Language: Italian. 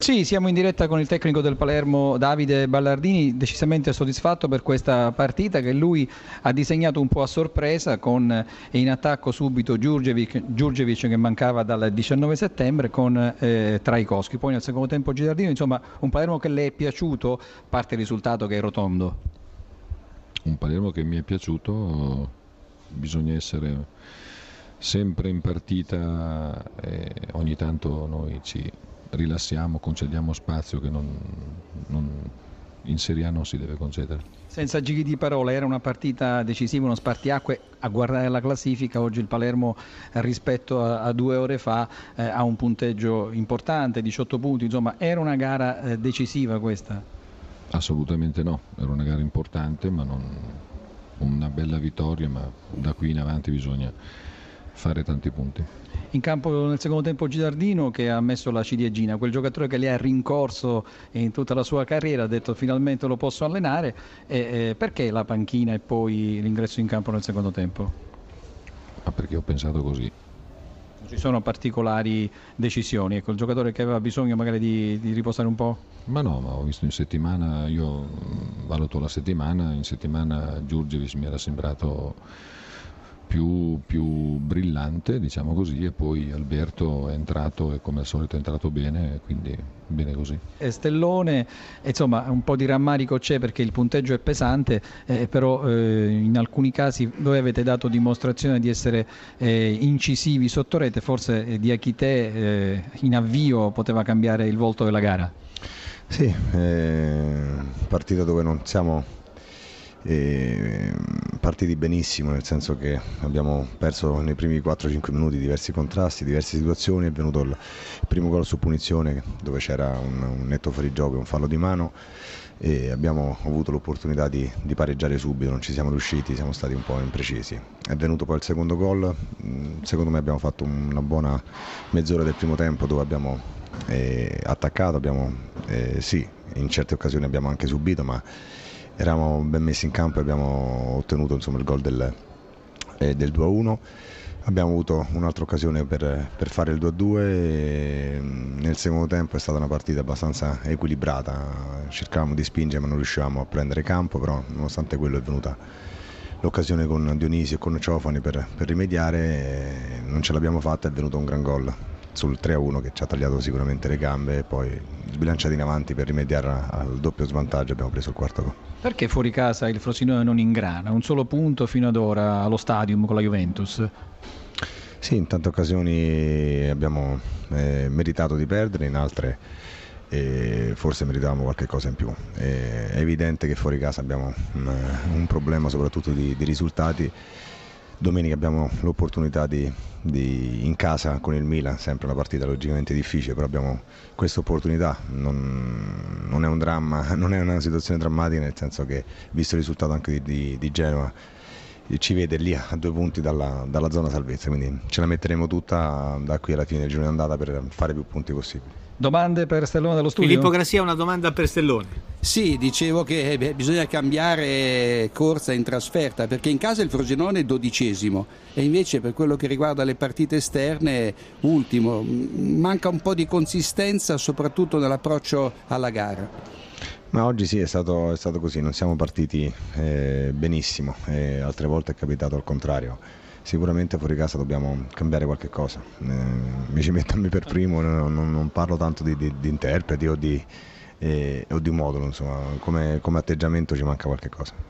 Sì, siamo in diretta con il tecnico del Palermo Davide Ballardini, decisamente soddisfatto per questa partita che lui ha disegnato un po' a sorpresa con in attacco subito Djurdjevic che mancava dal 19 settembre con Trajkovskij. Poi nel secondo tempo Gilardino, insomma un Palermo che le è piaciuto, parte il risultato che è rotondo. Un Palermo che mi è piaciuto, bisogna essere sempre in partita e ogni tanto noi ci rilassiamo, concediamo spazio che non- in Serie A non si deve concedere. Senza giri di parola, era una partita decisiva, uno spartiacque. A guardare la classifica, oggi il Palermo rispetto a 2 ore fa ha un punteggio importante, 18 punti, insomma era una gara decisiva questa. Assolutamente no, era una gara importante, ma non una bella vittoria, ma da qui in avanti bisogna fare tanti punti. In campo nel secondo tempo Gilardino che ha messo la ciliegina, quel giocatore che le ha rincorso in tutta la sua carriera, ha detto finalmente lo posso allenare. Perché la panchina e poi l'ingresso in campo nel secondo tempo? Ma perché ho pensato così? Non ci sono particolari decisioni, ecco, il giocatore che aveva bisogno magari di riposare un po'? Ma no, ma ho visto in settimana, io valuto la settimana, in settimana Djurdjevic mi era sembrato più brillante, diciamo così, e poi Alberto è entrato e come al solito è entrato bene, quindi bene così. Stellone, insomma un po' di rammarico c'è perché il punteggio è pesante, però in alcuni casi voi avete dato dimostrazione di essere incisivi sotto rete, forse Diakité in avvio poteva cambiare il volto della gara. Sì, partita dove non siamo eh, partiti benissimo, nel senso che abbiamo perso nei primi 4-5 minuti diversi contrasti, diverse situazioni, è venuto il primo gol su punizione dove c'era un netto fuorigioco e un fallo di mano e abbiamo avuto l'opportunità di pareggiare subito, non ci siamo riusciti, siamo stati un po' imprecisi. È venuto poi il secondo gol, secondo me abbiamo fatto una buona mezz'ora del primo tempo dove abbiamo attaccato, sì, in certe occasioni abbiamo anche subito, ma eravamo ben messi in campo e abbiamo ottenuto insomma, il gol del 2-1. Abbiamo avuto un'altra occasione per fare il 2-2 e nel secondo tempo è stata una partita abbastanza equilibrata, cercavamo di spingere ma non riuscivamo a prendere campo, però nonostante quello è venuta l'occasione con Dionisio e con Ciofani per rimediare, non ce l'abbiamo fatta, è venuto un gran gol sul 3-1 che ci ha tagliato sicuramente le gambe e poi sbilanciati in avanti per rimediare al doppio svantaggio abbiamo preso il quarto gol. Perché fuori casa il Frosinone non ingrana? Un solo punto fino ad ora allo stadium con la Juventus. Sì, in tante occasioni abbiamo meritato di perdere, in altre forse meritavamo qualche cosa in più. È evidente che fuori casa abbiamo un problema soprattutto di risultati. Domenica abbiamo l'opportunità in casa con il Milan, sempre una partita logicamente difficile, però abbiamo questa opportunità, non è un dramma, non è una situazione drammatica nel senso che visto il risultato anche di Genova ci vede lì a 2 punti dalla zona salvezza, quindi ce la metteremo tutta da qui alla fine del girone d'andata per fare più punti possibili. Domande per Stellone dello studio? Filippo Grassia, una domanda per Stellone. Sì, dicevo che bisogna cambiare corsa in trasferta perché in casa il Frosinone è 12° e invece per quello che riguarda le partite esterne ultimo. Manca un po' di consistenza soprattutto nell'approccio alla gara. Ma oggi sì, è stato così, non siamo partiti benissimo, altre volte è capitato al contrario. Sicuramente fuori casa dobbiamo cambiare qualche cosa. Mi ci metto a me per primo, non parlo tanto di interpreti o di modulo, insomma, come atteggiamento ci manca qualche cosa.